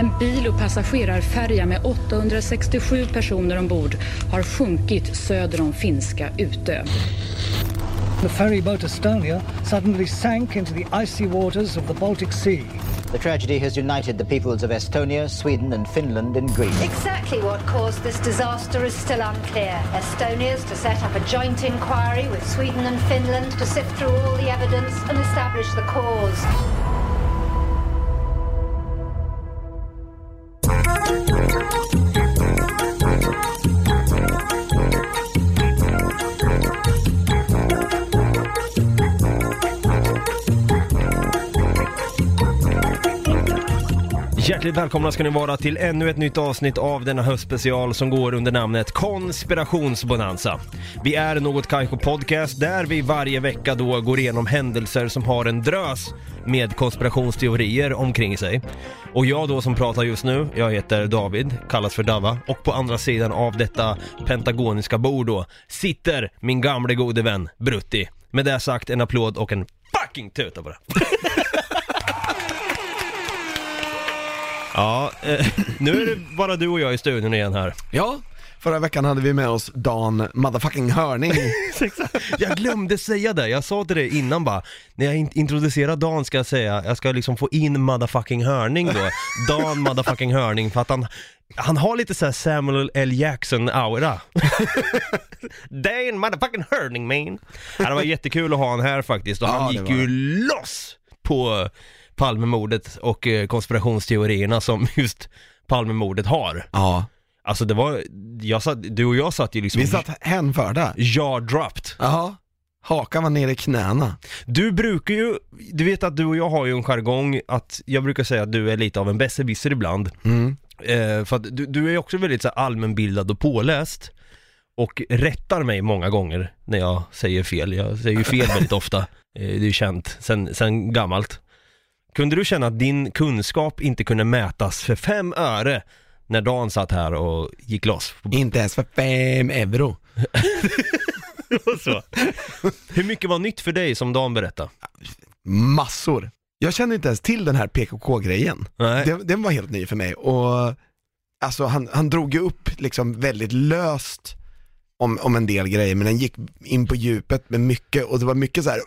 En bil- och passagerarfärja med 867 personer ombord har sjunkit söder om finska Utö. The ferry boat Estonia suddenly sank into the icy waters of the Baltic Sea. The tragedy has united the peoples of Estonia, Sweden and Finland in grief. Exactly what caused this disaster is still unclear. Estonia's to set up a joint inquiry with Sweden and Finland to sift through all the evidence and establish the cause. Hjärtligt välkomna ska ni vara till ännu ett nytt avsnitt av denna höstspecial som går under namnet Konspirationsbonanza. Vi är Något Kaiko Podcast där vi varje vecka då går igenom händelser som har en drös med konspirationsteorier omkring sig. Och jag då som pratar just nu, jag heter David, kallas för Dava, och på andra sidan av detta pentagoniska bord då sitter min gamle gode vän Brutti. Med det sagt, en applåd och en fucking tuta bara. Ja, nu är det bara du och jag i studion igen här. Ja, förra veckan hade vi med oss Dan motherfucking Hörning. Jag glömde säga det, jag sa till dig innan bara, när jag introducerar Dan ska jag säga, jag ska liksom få in motherfucking Hörning då. Dan motherfucking Hörning, för att han har lite så här Samuel L. Jackson-aura. Dan motherfucking Hörning, man. Ja, det var jättekul att ha han här faktiskt, och han gick ju loss på Palmemordet och konspirationsteorierna som just Palmemordet har. Ja. Alltså det var, du och jag satt ju liksom... Vi satt hänförda. Jaw-dropped. Ja, hakan var nere i knäna. Du brukar ju, du vet att du och jag har ju en jargong att jag brukar säga att du är lite av en besserwisser ibland. För att du är ju också väldigt så här allmänbildad och påläst och rättar mig många gånger när jag säger fel. Jag säger ju fel väldigt ofta. Det är ju känt sen gammalt. Kunde du känna att din kunskap inte kunde mätas för 5 öre när Dan satt här och gick loss? Inte ens för 5 euro. Så. Hur mycket var nytt för dig som Dan berättade? Massor. Jag kände inte ens till den här PKK-grejen. Den var helt ny för mig. Och alltså, han drog ju upp liksom väldigt löst om en del grejer, men den gick in på djupet med mycket. Och det var mycket så här,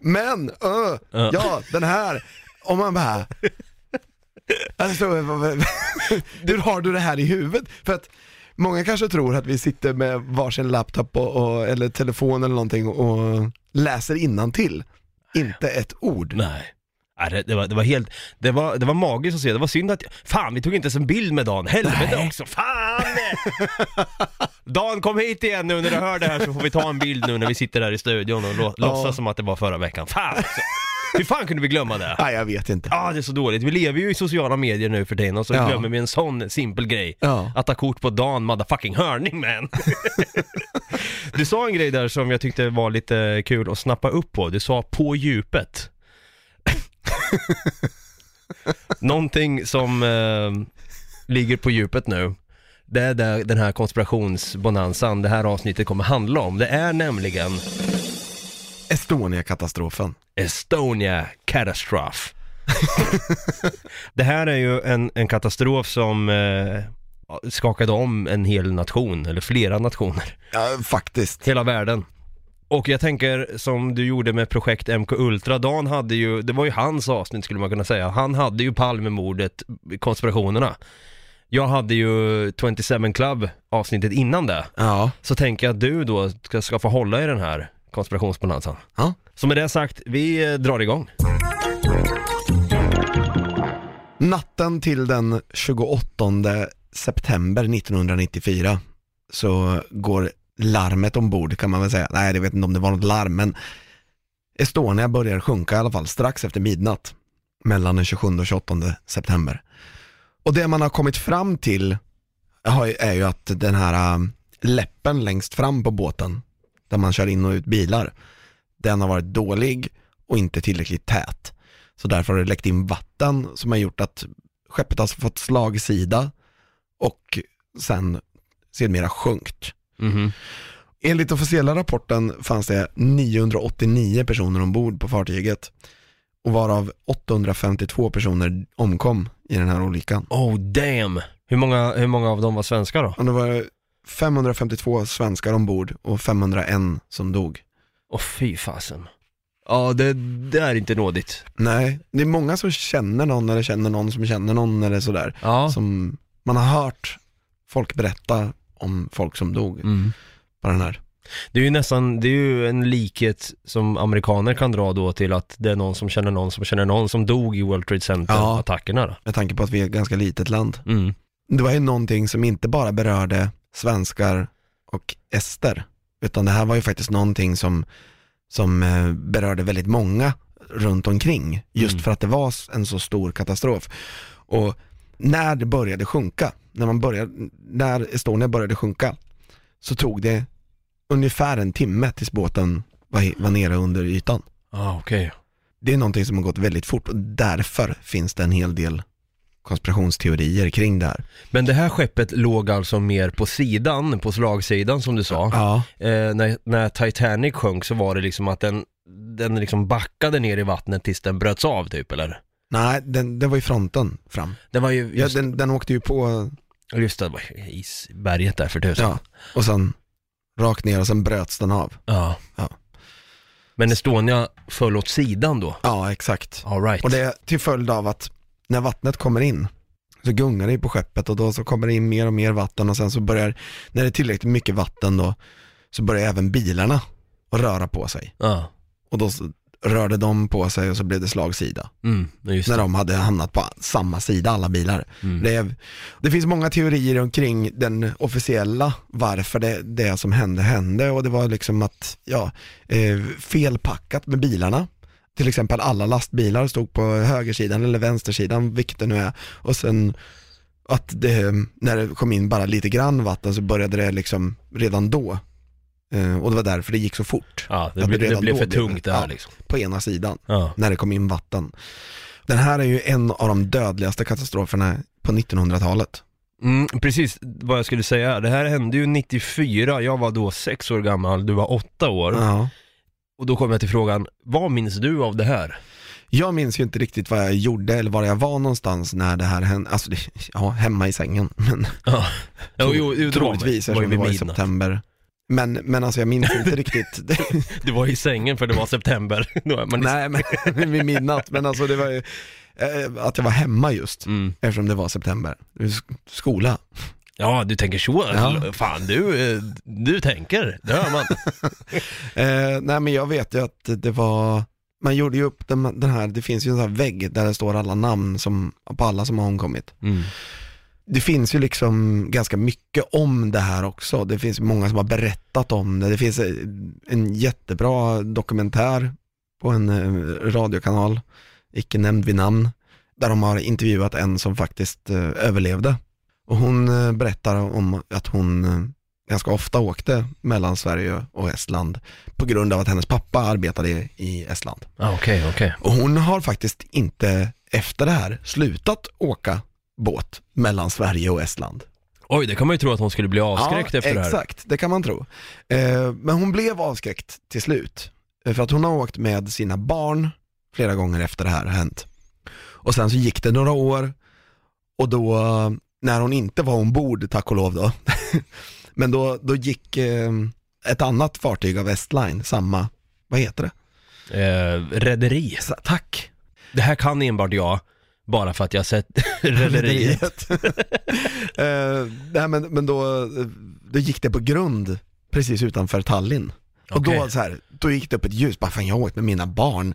ja, den här. Om man bara alltså, hur har du det här i huvudet? För att många kanske tror att vi sitter med varsin laptop eller telefon eller någonting och läser innantill. Inte ett ord. Nej. Det var helt, det var magiskt att se. Det var synd att, fan, vi tog inte ens en bild med Dan. Helvete också, fan! Dan, kom hit igen nu när du hör det här, så får vi ta en bild nu när vi sitter där i studion och låtsas som att det var förra veckan. Fan alltså. Hur fan kunde vi glömma det? Nej, jag vet inte. Det är så dåligt. Vi lever ju i sociala medier nu för tiden, och så glömmer vi en sån simpel grej. Att ta kort på Dan motherfucking Hörning, man. Du sa en grej där som jag tyckte var lite kul att snappa upp på. Du sa på djupet. Någonting som ligger på djupet nu. Det är där den här konspirationsbonanzan, det här avsnittet kommer handla om. Det är nämligen Estonia-katastrofen. Estonia Catastrophe. Det här är ju en katastrof som skakade om en hel nation, eller flera nationer. Ja, faktiskt. Hela världen. Och jag tänker, som du gjorde med projekt MK Ultra, Dan hade ju, det var ju hans avsnitt skulle man kunna säga. Han hade ju Palmemordet, konspirationerna. Jag hade ju 27 Club avsnittet innan det. Ja. Så tänker jag att du då ska få hålla i den här konspirationsbonanzan. Ja. Så med det sagt, vi drar igång. Natten till den 28 september 1994 så går larmet ombord, kan man väl säga. Nej, jag vet inte om det var något larm, men Estonia börjar sjunka i alla fall strax efter midnatt mellan den 27 och 28 september. Och det man har kommit fram till är ju att den här läppen längst fram på båten där man kör in och ut bilar, den har varit dålig och inte tillräckligt tät. Så därför har det läckt in vatten som har gjort att skeppet har fått slagsida och sen sedermera sjunkt. Mm-hmm. Enligt officiella rapporten fanns det 989 personer ombord på fartyget och varav 852 personer omkom i den här olyckan. Oh damn! Hur många av dem var svenskar då? Och det var 552 svenskar ombord och 501 som dog. Fy fasen. Ja, det är inte nådigt. Nej, det är många som känner någon eller känner någon som känner någon eller sådär. Ja. Som man har hört folk berätta om folk som dog på den här. Det är ju en likhet som amerikaner kan dra då till att det är någon som känner någon som dog i World Trade Center-attackerna då. Med tanke på att vi är ett ganska litet land. Mm. Det var ju någonting som inte bara berörde svenskar och ester, utan det här var ju faktiskt någonting som berörde väldigt många runt omkring, just för att det var en så stor katastrof. Och när det började sjunka, när Estonia började sjunka, så tog det ungefär en timme tills båten var nere under ytan. Okej. Det är någonting som har gått väldigt fort och därför finns det en hel del konspirationsteorier kring det här. Men det här skeppet låg alltså mer på slagsidan som du sa. Ja. När Titanic sjönk så var det liksom att den liksom backade ner i vattnet tills den bröts av typ, eller? Nej, den var i fronten fram. Den var ju den åkte ju på... Just det, var isberget där för tusen. Ja, och sen rakt ner och sen bröts den av. Ja. Men Estonia föll åt sidan då? Ja, exakt. All right. Och det är till följd av att när vattnet kommer in så gungar det på skeppet och då så kommer det in mer och mer vatten och sen så börjar, när det är tillräckligt mycket vatten då, så börjar även bilarna att röra på sig. Ja. Och då rörde de på sig och så blev det slagsida. När de hade hamnat på samma sida, alla bilar. Det finns många teorier omkring den officiella varför det som hände, och det var liksom att felpackat med bilarna. Till exempel alla lastbilar stod på högersidan eller vänstersidan, vilket det nu är. Och sen att när det kom in bara lite grann vatten så började det liksom redan då. Och det var därför det gick så fort. Ja, det blev för tungt det här liksom. På ena sidan, när det kom in vatten. Den här är ju en av de dödligaste katastroferna på 1900-talet. Precis vad jag skulle säga. Det här hände ju 94. Jag var då 6 år gammal, du var 8 år. Ja. Och då kom jag till frågan, vad minns du av det här? Jag minns ju inte riktigt vad jag gjorde eller var jag var någonstans när det här hände. Alltså, hemma i sängen. Men troligtvis, eftersom det var i september. Men alltså jag minns inte riktigt. Det var i sängen för det var september. Nej, men vid midnatt. Men alltså det var ju att jag var hemma just eftersom det var september. Skola. Ja, du tänker så. Ja. Fan, du tänker. Det hör man. Nej, men jag vet ju att det var... Man gjorde ju upp den här... Det finns ju en sån här vägg där det står alla namn på alla som har omkommit. Det finns ju liksom ganska mycket om det här också. Det finns många som har berättat om det. Det finns en jättebra dokumentär på en radiokanal, icke nämnd vid namn, där de har intervjuat en som faktiskt överlevde. Och hon berättar om att hon ganska ofta åkte mellan Sverige och Estland på grund av att hennes pappa arbetade i Estland. Okej. Och hon har faktiskt inte efter det här slutat åka båt mellan Sverige och Estland. Oj, det kan man ju tro att hon skulle bli avskräckt efter det här. Exakt, det kan man tro. Men hon blev avskräckt till slut. För att hon har åkt med sina barn flera gånger efter det här har hänt. Och sen så gick det några år och då, när hon inte var ombord, tack och lov då, men då gick ett annat fartyg av Estline, samma, vad heter det? Rederi. Tack. Det här kan enbart jag, bara för att jag sett rederiet. Nej, men då gick det på grund precis utanför Tallinn. Okay. Och då gick det upp ett ljus, bara fan jag har åkt med mina barn.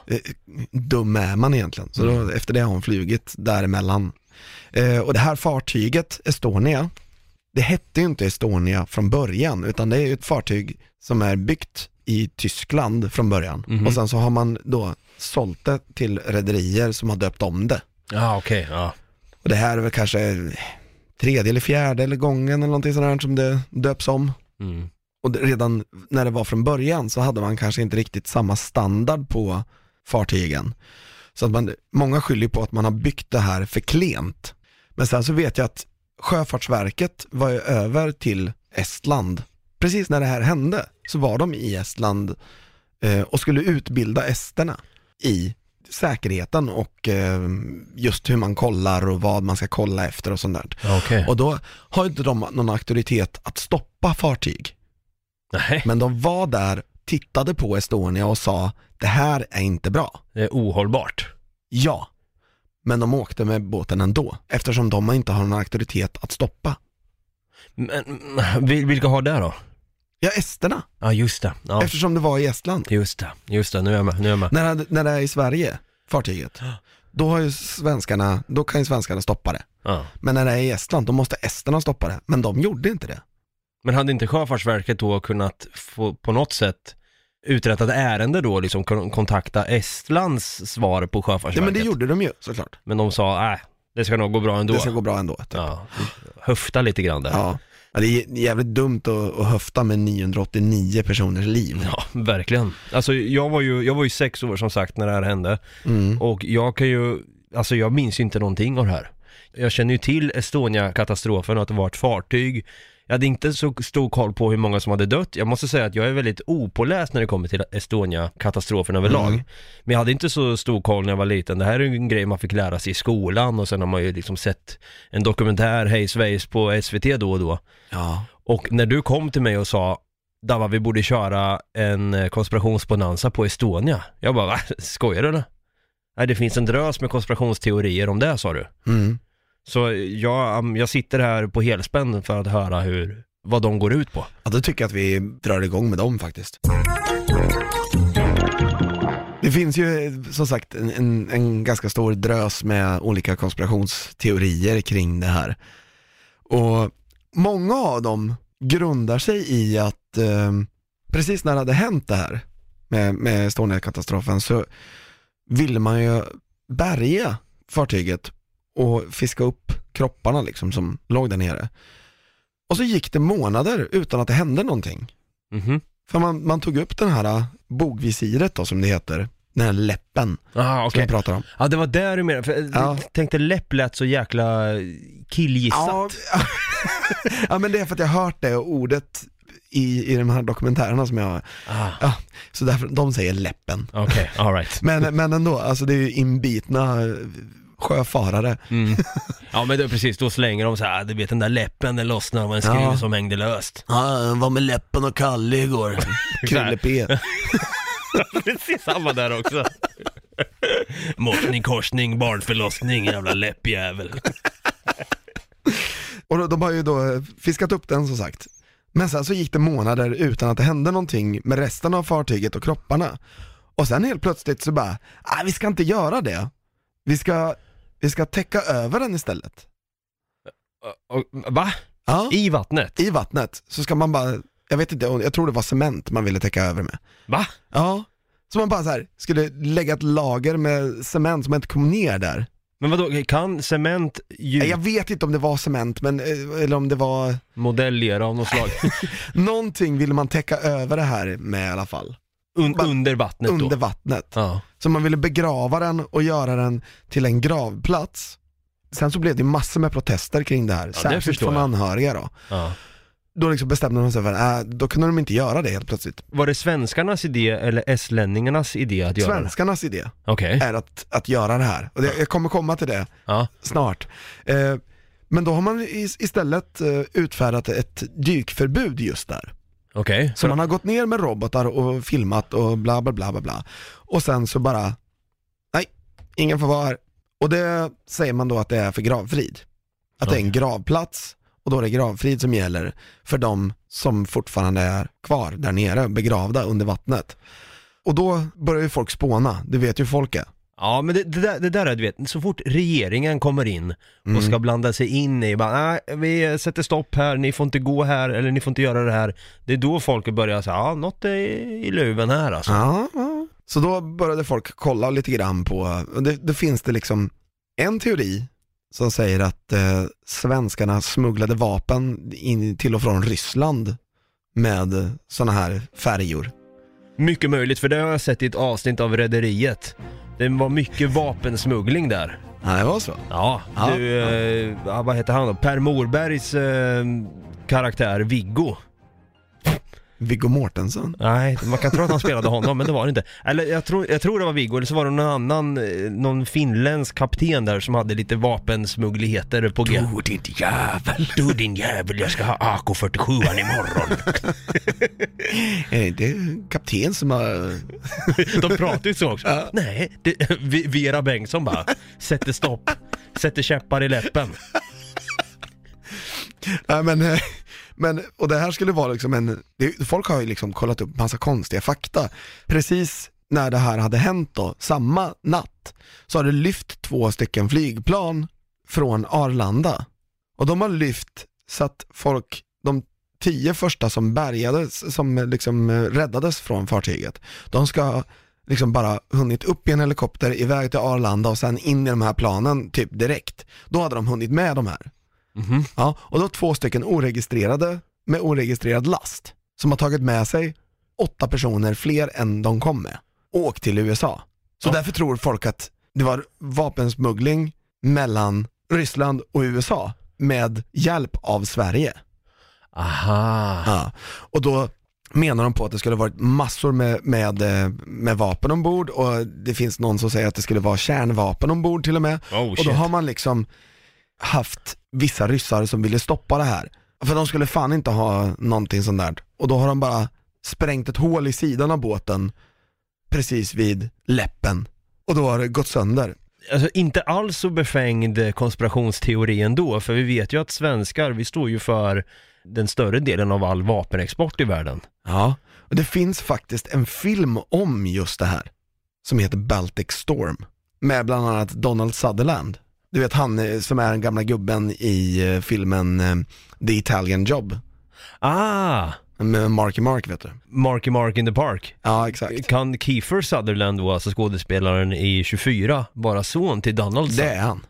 Dum är man egentligen. Så då, efter det har hon flugit däremellan. Och det här fartyget, Estonia, det hette ju inte Estonia från början, utan det är ju ett fartyg som är byggt i Tyskland från början. Och sen så har man då sålt det till rederier som har döpt om det. Okej. Och det här är väl kanske 3:e eller 4:e eller gången eller någonting sådär som det döps om. Och redan när det var från början så hade man kanske inte riktigt samma standard på fartygen. Så att många skyller på att man har byggt det här för klent. Men sen så vet jag att Sjöfartsverket var ju över till Estland. Precis när det här hände så var de i Estland och skulle utbilda esterna i säkerheten och just hur man kollar och vad man ska kolla efter och sånt där. Okay. Och då har inte de någon auktoritet att stoppa fartyg. Nej. Men de var där, tittade på Estonia och sa, det här är inte bra. Det är ohållbart. Ja, men de åkte med båten ändå, eftersom de inte har någon auktoritet att stoppa. Men vilka har det då? Ja, esterna. Ja, just det. Ja. Eftersom det var i Estland. Just det, nu är jag med. När det är i Sverige, fartyget, då kan ju svenskarna stoppa det. Ja. Men när det är i Estland, då måste esterna stoppa det. Men de gjorde inte det. Men hade inte Sjöfartsverket då kunnat få på något sätt uträttat ärende då, liksom kontakta Estlands svar på Sjöfartsverket? Ja, men det gjorde de ju, såklart. Men de sa, det ska nog gå bra ändå. Det ska gå bra ändå, typ. Ja, höfta lite grann där. Ja, det är jävligt dumt att höfta med 989 personers liv. Ja, verkligen. Alltså jag var ju 6 år som sagt när det här hände. Och jag minns ju inte någonting av det här. Jag känner ju till Estonia-katastrofen och att det var ett fartyg. Jag hade inte så stor koll på hur många som hade dött. Jag måste säga att jag är väldigt opåläst när det kommer till Estonia-katastrofen överlag. Men jag hade inte så stor koll när jag var liten. Det här är ju en grej man fick lära sig i skolan. Och sen har man ju liksom sett en dokumentär, Hej Svejs, på SVT då och då. Ja. Och när du kom till mig och sa, Dava, vi borde köra en konspirationsbonanza på Estonia. Jag bara, skojar du eller? Nej, det finns en drös med konspirationsteorier om det, sa du. Så jag sitter här på helspänn för att höra vad de går ut på. Ja, då tycker jag att vi drar igång med dem faktiskt. Det finns ju som sagt en ganska stor drös med olika konspirationsteorier kring det här. Och många av dem grundar sig i att precis när det hade hänt det här med Estonia-katastrofen så ville man ju bärga fartyget och fiska upp kropparna liksom som låg där nere. Och så gick det månader utan att det hände någonting. För man tog upp den här bogvisiret då, som det heter, den här läppen som jag pratar om. Ja, det var där du menar. För jag tänkte läpp lät så jäkla killgissat. Ja, men det är för att jag har hört det ordet i de här dokumentärerna som jag så därför de säger läppen. Okej, all right. men ändå, alltså det är ju inbitna sjöfarare. Ja, men det är precis, då slänger de så här, du vet den där läppen, den lossnar av en skruv som hängde löst. Ja, var med läppen och Kalle igår. Krille P. Precis, samma där också. Morsning, korsning, barnförlossning, jävla läppjävel. Och de har ju då fiskat upp den som sagt. Men sen så gick det månader utan att det hände någonting med resten av fartyget och kropparna. Och sen helt plötsligt så bara, vi ska inte göra det. Vi ska täcka över den istället. Va? Ja. I vattnet? I vattnet. Så ska man bara, jag vet inte, jag tror det var cement man ville täcka över med. Va? Ja. Så man bara så här, skulle lägga ett lager med cement som inte kom ner där. Men vadå, kan cement Jag vet inte om det var cement, men eller om det var modellera av något slag. Någonting ville man täcka över det här med i alla fall. Under vattnet då? Under vattnet. Ja. Så man ville begrava den och göra den till en gravplats. Sen så blev det massor med protester kring det här. Särskilt från anhöriga då. Ja. Då liksom bestämde de sig för då kunde de inte göra det helt plötsligt. Var det svenskarnas idé eller estlänningarnas idé att göra det? Svenskarnas idé är att göra det här. Och jag kommer komma till det snart. Men då har man istället utfärdat ett dykförbud just där. Så man har gått ner med robotar och filmat och bla bla bla bla bla. Och sen så bara, nej, ingen får vara här. Och det säger man då att det är för gravfrid. Att det är en gravplats. Och då är det gravfrid som gäller för de som fortfarande är kvar där nere, begravda under vattnet. Och då börjar ju folk spåna, det vet ju folk är. Ja, men det där är, du vet, så fort regeringen kommer in och ska blanda sig in i, bara, vi sätter stopp här, ni får inte gå här, eller ni får inte göra det här. Det är då folk börjar säga, något är i luven här alltså. Ja. Så då började folk kolla lite grann på, det finns det liksom en teori som säger att svenskarna smugglade vapen in till och från Ryssland med såna här färjor. Mycket möjligt, för det har jag sett i ett avsnitt av Rederiet. Det var mycket vapensmuggling där. Ja, det var så. Ja. Vad heter han då? Per Morbergs karaktär Viggo. Viggo Mortensen? Nej, man kan tro att han spelade honom, men det var det inte. Eller jag tror det var Viggo, eller så var det någon finländsk kapten där som hade lite vapensmuggligheter på G. Du din jävel, jag ska ha AK-47 imorgon. Det är kapten som har... De pratar ju så också. Ja. Nej, Vera Bengtsson bara sätter stopp, sätter käppar i läppen. Ja, men och det här skulle vara liksom folk har ju liksom kollat upp massa konstiga fakta. Precis när det här hade hänt då, samma natt, så har det lyft 2 stycken flygplan från Arlanda. Och de har lyft så att de 10 första som bärgades, som liksom räddades från fartyget, de ska liksom bara hunnit upp i en helikopter iväg till Arlanda och sen in i de här planen typ direkt. Då hade de hunnit med de här. Mm-hmm. Ja, och då 2 stycken oregistrerade med oregistrerad last som har tagit med sig 8 personer fler än de kom med och åkt till USA. Så därför tror folk att det var vapensmuggling mellan Ryssland och USA med hjälp av Sverige. Aha. Ja. Och då menar de på att det skulle varit massor med vapen ombord, och det finns någon som säger att det skulle vara kärnvapen ombord till och med. Och då har man liksom haft vissa ryssar som ville stoppa det här, för de skulle fan inte ha någonting sånt där. Och då har de bara sprängt ett hål i sidan av båten precis vid läppen, och då har det gått sönder. Alltså inte alls så befängd konspirationsteori ändå, för vi vet ju att svenskar, vi står ju för den större delen av all vapenexport i världen. Ja, och det finns faktiskt en film om just det här som heter Baltic Storm, med bland annat Donald Sutherland. Du vet han som är den gamla gubben i filmen The Italian Job. Med Marky Mark, vet du. Marky Mark in the Park. Ja, exakt. Kan Kiefer Sutherland vara, alltså skådespelaren i 24, bara son till Donald? Det är han.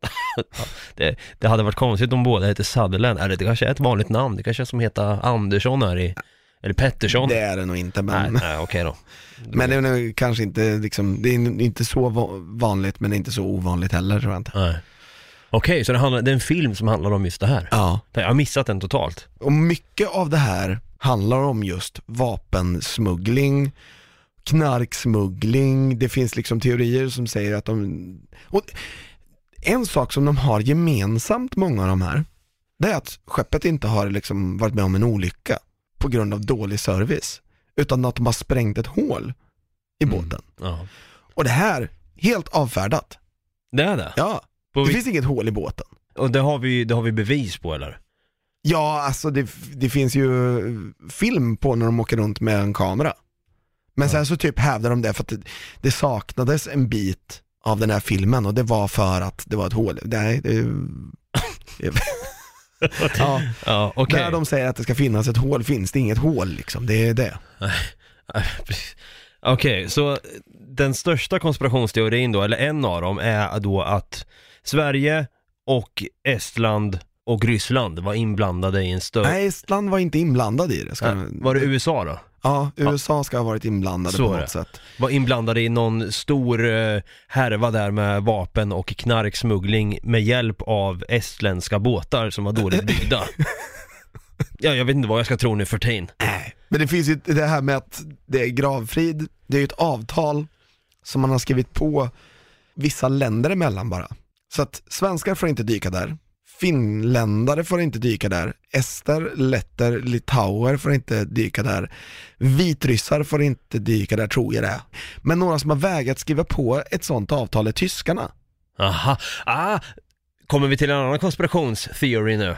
Det hade varit konstigt om båda heter Sutherland. Eller det kanske är ett vanligt namn. Det kanske är som heter Andersson här i, eller Pettersson. Det är det nog inte, men... Nej, okej då. Men det är nog kanske inte liksom, det är inte så vanligt, men inte så ovanligt heller, tror jag inte. Nej. Okej, så det är en film som handlar om just det här. Ja. Jag har missat den totalt. Och mycket av det här handlar om just vapensmuggling, knarksmuggling. Det finns liksom teorier som säger att och en sak som de har gemensamt, många av de här, det är att skeppet inte har liksom varit med om en olycka på grund av dålig service, utan att de har sprängt ett hål i båten. Ja. Och det här, helt avfärdat. Det är det? Ja, det finns inget hål i båten. Och det har vi bevis på, eller? Ja, alltså det finns ju film på när de åker runt med en kamera. Men sen så typ hävdar de det för att det saknades en bit av den här filmen, och det var för att det var ett hål. Ja, okay. Där de säger att det ska finnas ett hål, finns det inget hål liksom. Det är det. Okej, så den största konspirationsteorin då, eller en av dem, är då att Sverige och Estland och Ryssland var inblandade i en större... Nej, Estland var inte inblandad i det. Var det USA då? Ja, USA ska ha varit inblandade på något sätt. Var inblandade i någon stor härva där med vapen och knarksmuggling med hjälp av estländska båtar som var dåligt byggda. Ja, jag vet inte vad jag ska tro nu för tiden. Nej, men det finns ju det här med att det är gravfrid. Det är ju ett avtal som man har skrivit på vissa länder emellan bara. Så att svenskar får inte dyka där. Finländare får inte dyka där. Ester, letter, litauer får inte dyka där. Vitryssar får inte dyka där, tror jag det. Men några som har vägrat skriva på ett sånt avtal är tyskarna. Aha. Kommer vi till en annan konspirationstheory nu?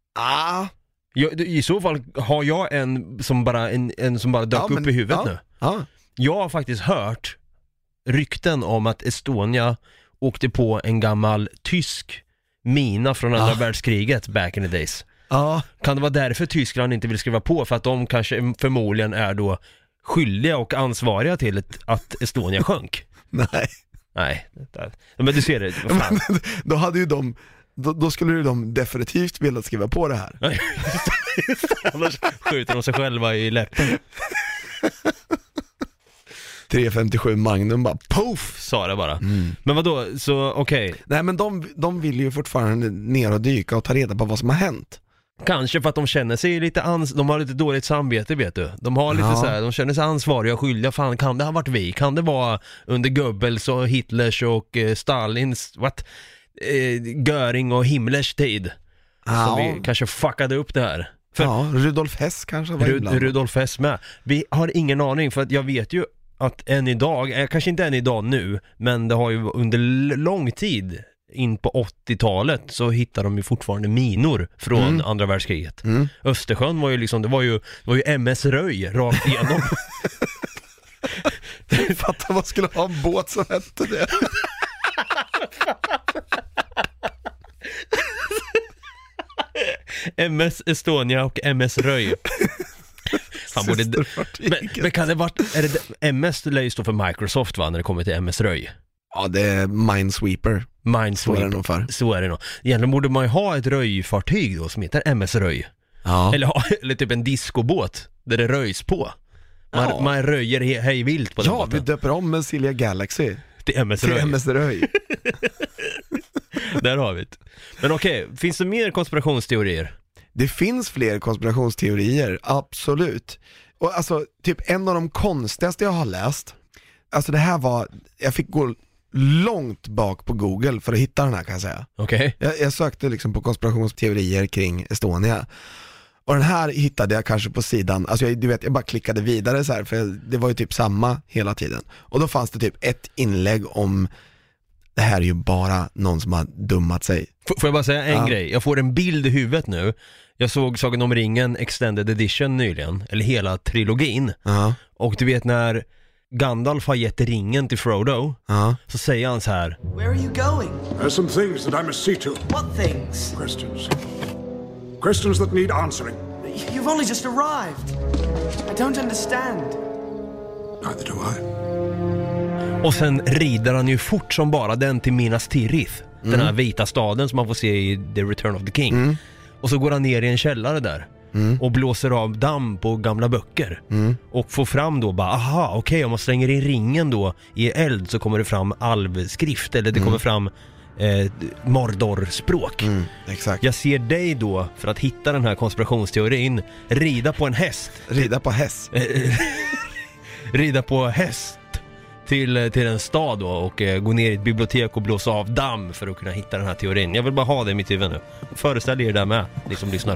I så fall har jag en som bara dök upp i huvudet nu. Jag har faktiskt hört rykten om att Estonia åkte på en gammal tysk mina från andra världskriget back in the days. Kan det vara därför Tyskland inte vill skriva på, för att de kanske förmodligen är då skyldiga och ansvariga till att Estonia sjönk? Nej. Men du ser det. Då hade ju då skulle ju de definitivt vilja skriva på det här. Annars skjuter de sig själva i läppen. 357 Magnum bara poff, sa det bara. Men vadå, så okej. Nej, men de vill ju fortfarande ner och dyka och ta reda på vad som har hänt. Kanske för att de känner sig lite de har lite dåligt samvete, vet du. De har lite så här, de känner sig ansvariga och skyldiga. Fan, kan det ha varit vi? Kan det vara under Goebbels och Hitlers och Stalins Göring och Himmlers tid? Som vi kanske fuckade upp det här. För Rudolf Hess kanske var ibland. Rudolf Hess med. Vi har ingen aning, för att jag vet ju att än idag, kanske inte än idag nu, men det har ju under lång tid in på 80-talet så hittar de ju fortfarande minor från andra världskriget. Östersjön var ju liksom, det var ju MS Röj rakt igenom. Fattar vad skulle ha en båt som hette det. MS Estonia och MS Röj. Men kan det vara, MS lär ju stå för Microsoft, va, när det kommer till MS Röj? Ja, det är Minesweeper. Så är det nog för. Så är det nog. Egentligen borde man ju ha ett röjfartyg då som heter MS Röj. Ja. Eller typ en discobåt där det röjs på. Man röjer hej vilt på den båten. Ja, vi döper om med Silja Galaxy till MS Röj. Där har vi det. Men okej, finns det mer konspirationsteorier? Det finns fler konspirationsteorier, absolut. Och alltså, typ en av de konstigaste jag har läst, alltså det här var, jag fick gå långt bak på Google för att hitta den här, kan jag säga. Okej. Jag sökte liksom på konspirationsteorier kring Estonia. Och den här hittade jag kanske på sidan, alltså jag bara klickade vidare så här, för det var ju typ samma hela tiden. Och då fanns det typ ett inlägg om det här är ju bara någon som har dummat sig. Får jag bara säga en grej? Jag får en bild i huvudet nu. Jag såg Sagan om ringen Extended Edition nyligen, eller hela trilogin. Och du vet när Gandalf har gett ringen till Frodo, så säger han så här: Where are you going? There are some things that I must see to. What things? Questions that need answering. You've only just arrived. I don't understand. Neither do I. Och sen rider han ju fort som bara den till Minas Tirith, den här vita staden som man får se i The Return of the King. Och så går han ner i en källare där och blåser av damm på gamla böcker och får fram då bara, aha, okej, om man slänger in ringen då i eld så kommer det fram alvskrift, eller det kommer fram Mordor-språk. Exakt. Jag ser dig då, för att hitta den här konspirationsteorin, rida på en häst. Rida på häst till en stad då, och gå ner i ett bibliotek och blåsa av damm för att kunna hitta den här teorin. Jag vill bara ha det i mitt huvud nu. Föreställ er där med, ni som lyssnar.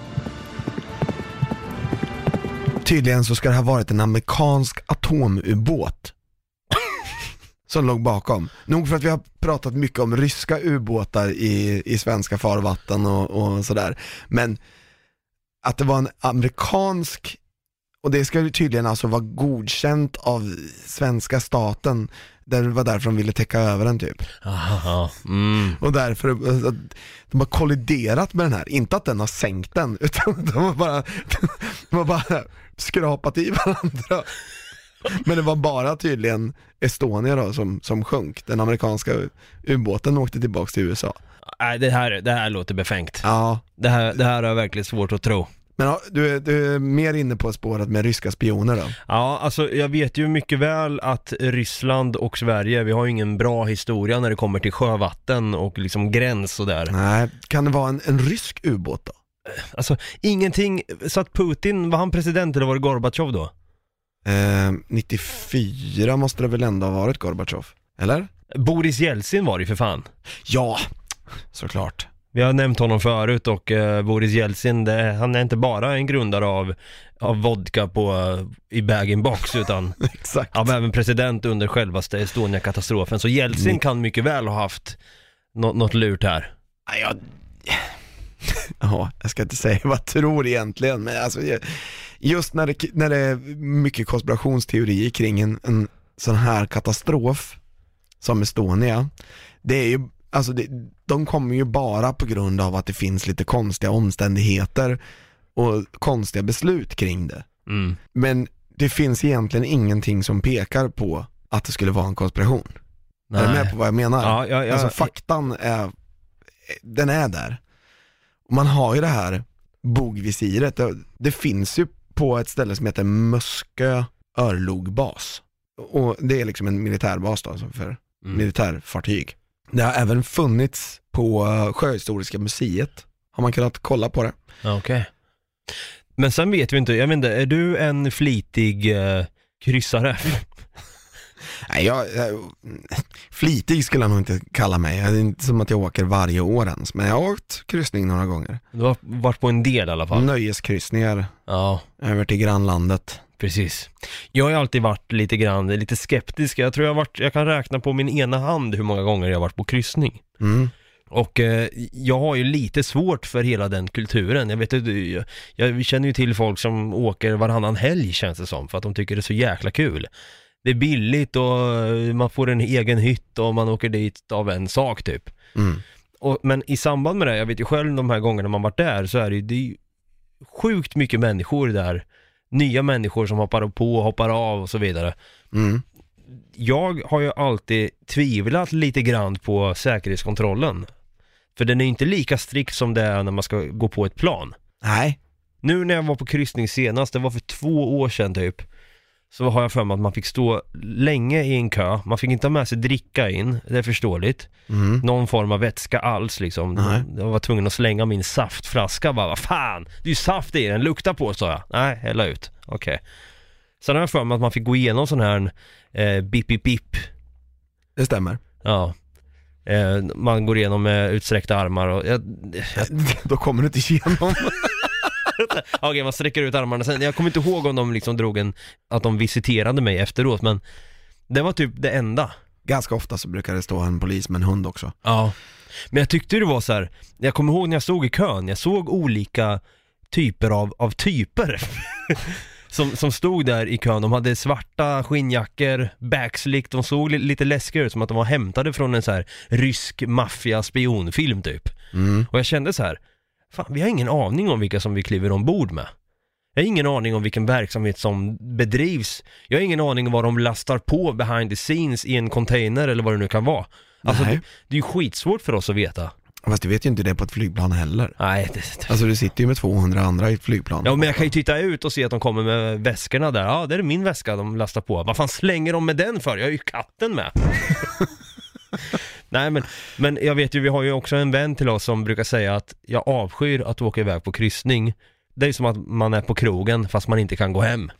Tydligen så ska det ha varit en amerikansk atomubåt som låg bakom. Nog för att vi har pratat mycket om ryska ubåtar i svenska farvatten och sådär. Men att det var en amerikansk, och det ska ju tydligen alltså vara godkänt av svenska staten, där det var därför de ville täcka över den typ. Och därför de har kolliderat med den här. Inte att den har sänkt den, utan de har bara skrapat i varandra. Men det var bara tydligen Estonia då som sjönk. Den amerikanska ubåten åkte tillbaka till USA. Nej, det här låter befängt. Ja. Det här är verkligen svårt att tro. Men du är mer inne på spåret med ryska spioner då? Ja, alltså jag vet ju mycket väl att Ryssland och Sverige, vi har ju ingen bra historia när det kommer till sjövatten och liksom gräns och där. Nej, kan det vara en rysk ubåt då? Alltså ingenting, så att Putin, var han president eller var det Gorbachev då? 94 måste det väl ändå ha varit Gorbachev, eller? Boris Jeltsin var det för fan. Ja, såklart. Vi har nämnt honom förut, och Boris Jeltsin, han är inte bara en grundare av vodka i bag-in-box, utan exakt. Han var även president under självaste Estonia-katastrofen. Så Jeltsin kan mycket väl ha haft något lurt här. Ja, jag ska inte säga vad jag tror egentligen, men alltså, just när det är mycket konspirationsteorier kring en sån här katastrof som Estonia, det är ju alltså de kommer ju bara på grund av att det finns lite konstiga omständigheter och konstiga beslut kring det. Men det finns egentligen ingenting som pekar på att det skulle vara en konspiration. Nej. Är du med på vad jag menar? Ja. Alltså faktan den är där. Och man har ju det här bogvisiret. Det finns ju på ett ställe som heter Muskö örlogbas. Och det är liksom en militärbas då, alltså för militärfartyg. Det har även funnits på Sjöhistoriska museet. har man kunnat kolla på det. Okej. Men sen vet vi inte, jag vet inte, är du en flitig kryssare? Nej, flitig skulle jag nog inte kalla mig. Det är inte som att jag åker varje år ens. Men jag har åkt kryssning några gånger. Du har varit på en del i alla fall. Nöjeskryssningar. Ja. Över till grannlandet. Precis. Jag har alltid varit lite skeptisk. Jag tror jag kan räkna på min ena hand hur många gånger jag har varit på kryssning. Mm. Och jag har ju lite svårt för hela den kulturen. Jag vet inte, jag känner ju till folk som åker varannan helg, känns det som, för att de tycker det är så jäkla kul. Det är billigt och man får en egen hytt och man åker dit av en sak typ. Mm. Men i samband med det, jag vet ju själv de här gångerna man varit där, så är det är sjukt mycket människor där. Nya människor som hoppar på och hoppar av och så vidare. Mm. Jag har ju alltid tvivlat lite grann på säkerhetskontrollen. För den är inte lika strikt som det är när man ska gå på ett plan. Nej. Nu när jag var på kryssning senast, det var för 2 år sedan typ, så har jag för mig att man fick stå länge i en kö. Man fick inte ha med sig dricka in, det är förståeligt. Mm. Någon form av vätska alls liksom. Nej. Jag var tvungen att slänga min saftflaska. Bara, vad fan, det är ju saft i den, lukta på, sa jag. Nej, hälla ut, okej. Sen har jag för mig att man fick gå igenom sån här bip. Det stämmer. Ja. Man går igenom med utsträckta armar och då kommer du inte igenom. Okej, man sträcker ut armarna sen. Jag kommer inte ihåg om de liksom drog att de visiterade mig efteråt, men det var typ det enda. Ganska ofta så brukar det stå en polis med en hund också. Ja. Men jag tyckte det var så här, jag kommer ihåg när jag stod i kön, jag såg olika typer av typer som stod där i kön. De hade svarta skinnjackor, backslick, de såg lite läskiga ut, som att de var hämtade från en så här rysk maffia-spionfilm typ. Mm. Och jag kände så här, fan, vi har ingen aning om vilka som vi kliver ombord med. Jag har ingen aning om vilken verksamhet som bedrivs. Jag har ingen aning om vad de lastar på behind the scenes i en container eller vad det nu kan vara. Alltså det är ju skitsvårt för oss att veta. Fast du vet ju inte det på ett flygplan heller. Nej, alltså du sitter ju med 200 andra i ett flygplan. Ja, men jag kan ju titta ut och se att de kommer med väskorna där. Ja, det är min väska de lastar på. Vad fan slänger de med den för? Jag har ju katten med. Nej, men jag vet ju, vi har ju också en vän till oss som brukar säga att jag avskyr att åka iväg på kryssning. Det är som att man är på krogen fast man inte kan gå hem.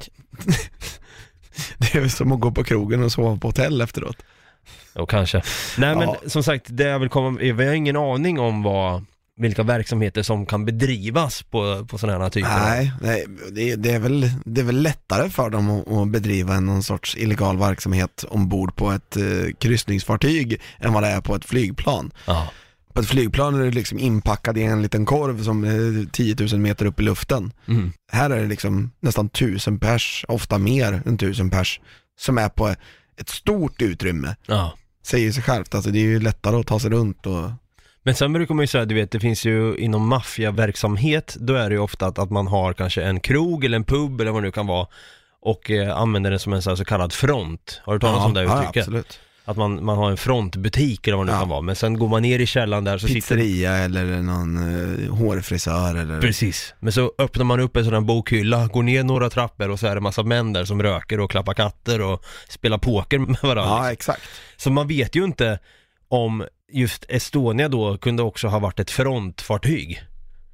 Det är som att gå på krogen och sova på hotell efteråt. Ja, kanske. Nej, men som sagt, det jag vill komma, vi har ingen aning om vilka verksamheter som kan bedrivas på sådana här typer. Nej, det är väl lättare för dem att bedriva någon sorts illegal verksamhet ombord på ett kryssningsfartyg än vad det är på ett flygplan. Ja. På ett flygplan är det liksom inpackad i en liten korv som är 10 000 meter upp i luften. Mm. Här är det liksom nästan 1000 pers, ofta mer än 1000 pers, som är på ett stort utrymme. Ja. Säger sig självt, alltså det är ju lättare att ta sig runt och... Men sen brukar man ju säga, du vet, det finns ju inom maffiaverksamhet, då är det ju ofta att man har kanske en krog eller en pub eller vad det nu kan vara, och använder det som en så kallad front. Har du talat om det uttrycket? Ja, absolut. Att man har en frontbutik eller vad det nu kan vara. Men sen går man ner i källaren där så pizzeria eller någon hårfrisör eller... Precis. Men så öppnar man upp en sån här bokhylla, går ner några trappor och så är det massa män där som röker och klappar katter och spelar poker med varandra. Ja, exakt. Så man vet ju inte om just Estonia då kunde också ha varit ett frontfartyg.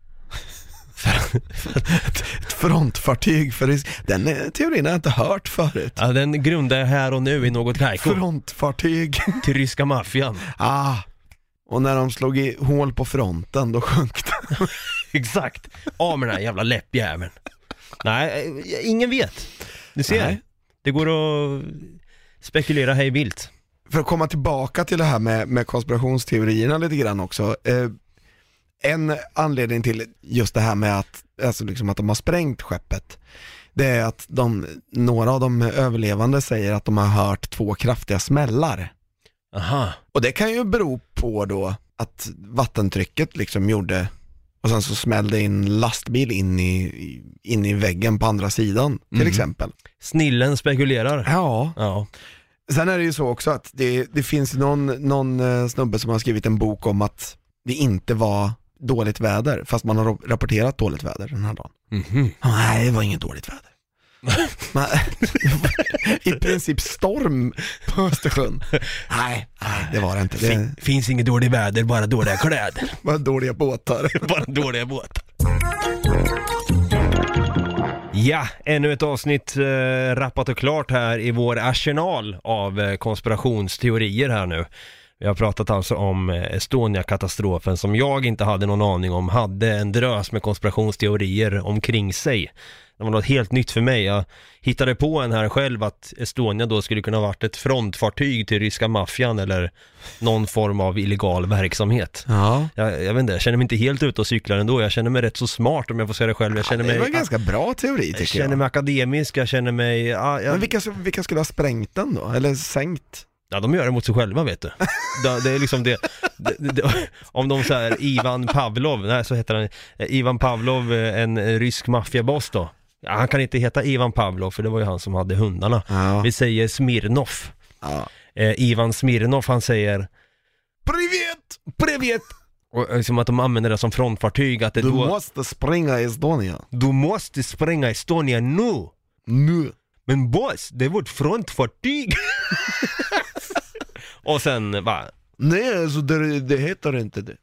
Ett frontfartyg, för den teorin har jag inte hört förut. Ja, den grundar jag här och nu i något kajko. Frontfartyg. Till ryska maffian. Och när de slog i hål på fronten, då sjönk den. Exakt. Med den här jävla läppjäveln. Nej, ingen vet. Du ser, nej. Det går att spekulera hej vilt. För att komma tillbaka till det här med konspirationsteorierna lite grann också. En anledning till just det här med att, alltså liksom att de har sprängt skeppet, det är att några av de överlevande säger att de har hört 2 kraftiga smällar. Aha. Och det kan ju bero på då att vattentrycket liksom gjorde, och sen så smällde in lastbil in i väggen på andra sidan till exempel. Snillen spekulerar. Ja. Sen är det ju så också att det finns någon snubbe som har skrivit en bok om att det inte var dåligt väder, fast man har rapporterat dåligt väder den här dagen. Mm-hmm. Nej, det var inget dåligt väder. I princip storm på Östersjön. Nej, det var det inte. Det finns inget dåligt väder, bara dåliga kläder. Bara dåliga båtar. Bara dåliga båtar. Ja, ännu ett avsnitt rappat och klart här i vår arsenal av konspirationsteorier här nu. Vi har pratat alltså om Estonia-katastrofen som jag inte hade någon aning om, hade en drös med konspirationsteorier omkring sig. Det var något helt nytt för mig. Jag hittade på en här själv att Estonia då skulle kunna ha varit ett frontfartyg till ryska maffian eller någon form av illegal verksamhet. Ja. Jag vet inte, jag känner mig inte helt ute och cyklar ändå. Jag känner mig rätt så smart om jag får säga det själv. Jag känner det var mig, en ganska bra teori tycker jag. Jag känner mig akademisk, jag känner mig... Men vilka skulle ha sprängt den då? Eller sänkt? Ja, de gör det mot sig själva, vet du. Det är liksom det om de så här, Ivan Pavlov, en rysk maffiaboss då. Ja, han kan inte heta Ivan Pavlov för det var ju han som hade hundarna. Ja. Vi säger Smirnov. Ja. Ivan Smirnov, han säger Privet! Och liksom att de använder det som frontfartyg att det Du måste spränga Estonia. Du måste spränga Estonia nu. Men boss, det är vårt frontfartyg. Och sen bara... Nej, alltså det heter inte det.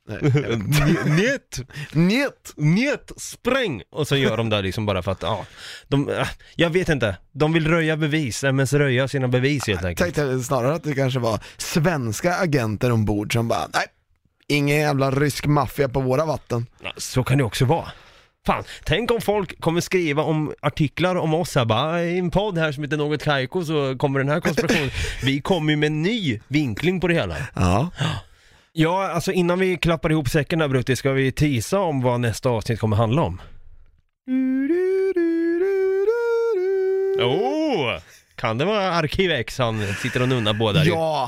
Njet, spräng. Och så gör de det liksom bara för att jag vet inte. De vill röja bevis, men röja sina bevis helt enkelt. Tänkte snarare att det kanske var svenska agenter ombord som bara, nej, ingen jävla rysk maffia på våra vatten. Ja, så kan det också vara. Fan, tänk om folk kommer skriva om artiklar om oss här, bara i en podd här som heter Något Kaiko så kommer den här konspirationen. Vi kommer ju med en ny vinkling på det hela. Ja, alltså innan vi klappar ihop säcken där, Brutti, ska vi tisa om vad nästa avsnitt kommer handla om. Kan det vara Arkiv X han sitter och nunnar båda? Ja!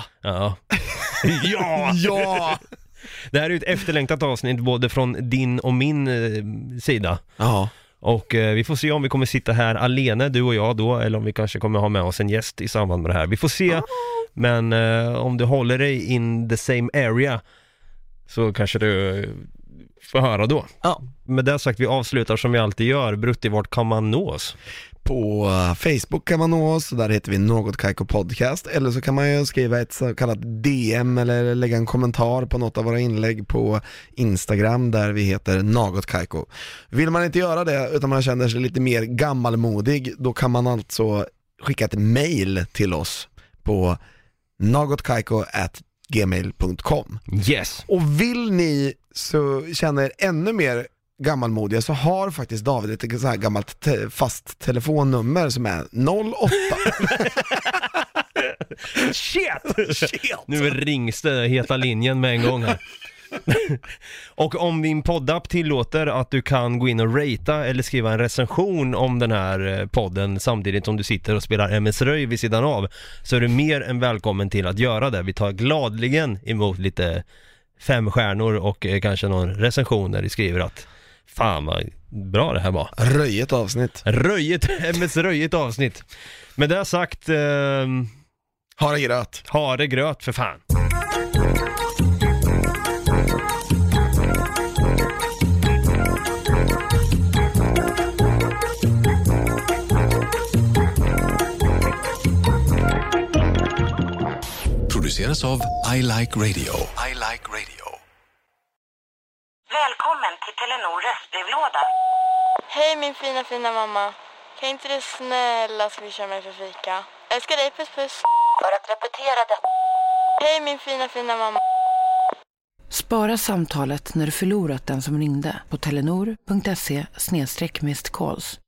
Ja! Det här är ju ett efterlängtat avsnitt både från din och min sida. Ja. Och vi får se om vi kommer sitta här alene, du och jag då, eller om vi kanske kommer ha med oss en gäst i samband med det här. Vi får se, men om du håller dig in the same area så kanske du får höra då. Ja. Med det sagt, vi avslutar som vi alltid gör. Brutti, vart kan man nå oss? På Facebook kan man nå oss, där heter vi Något Kaiko Podcast, eller så kan man ju skriva ett så kallat DM eller lägga en kommentar på något av våra inlägg på Instagram där vi heter Något Kaiko. Vill man inte göra det utan man känner sig lite mer gammalmodig, då kan man alltså skicka ett mail till oss på nagotkaiko@gmail.com. Yes. Och vill ni så känner ännu mer gammalmodiga så har faktiskt David ett så här gammalt fast telefonnummer som är 08. Shit! Nu rings det heta linjen med en gång här. Och om din poddapp tillåter att du kan gå in och ratea eller skriva en recension om den här podden samtidigt som du sitter och spelar MS-röj vid sidan av, så är du mer än välkommen till att göra det. Vi tar gladligen emot lite 5 stjärnor och kanske någon recension där du skriver att fan vad bra det här var. Röjet avsnitt. MS-röjet avsnitt. Med det sagt, ha det gröt. Ha det gröt för fan. Produceras av I Like Radio. I Like Radio. Välkommen till Telenor röstbrevlåda. Hej min fina mamma. Kan inte du snälla swisha mig för fika? Älskar dig, puss puss. För att repetera det. Hej min fina mamma. Spara samtalet när du förlorat den som ringde på telenor.se/missed calls.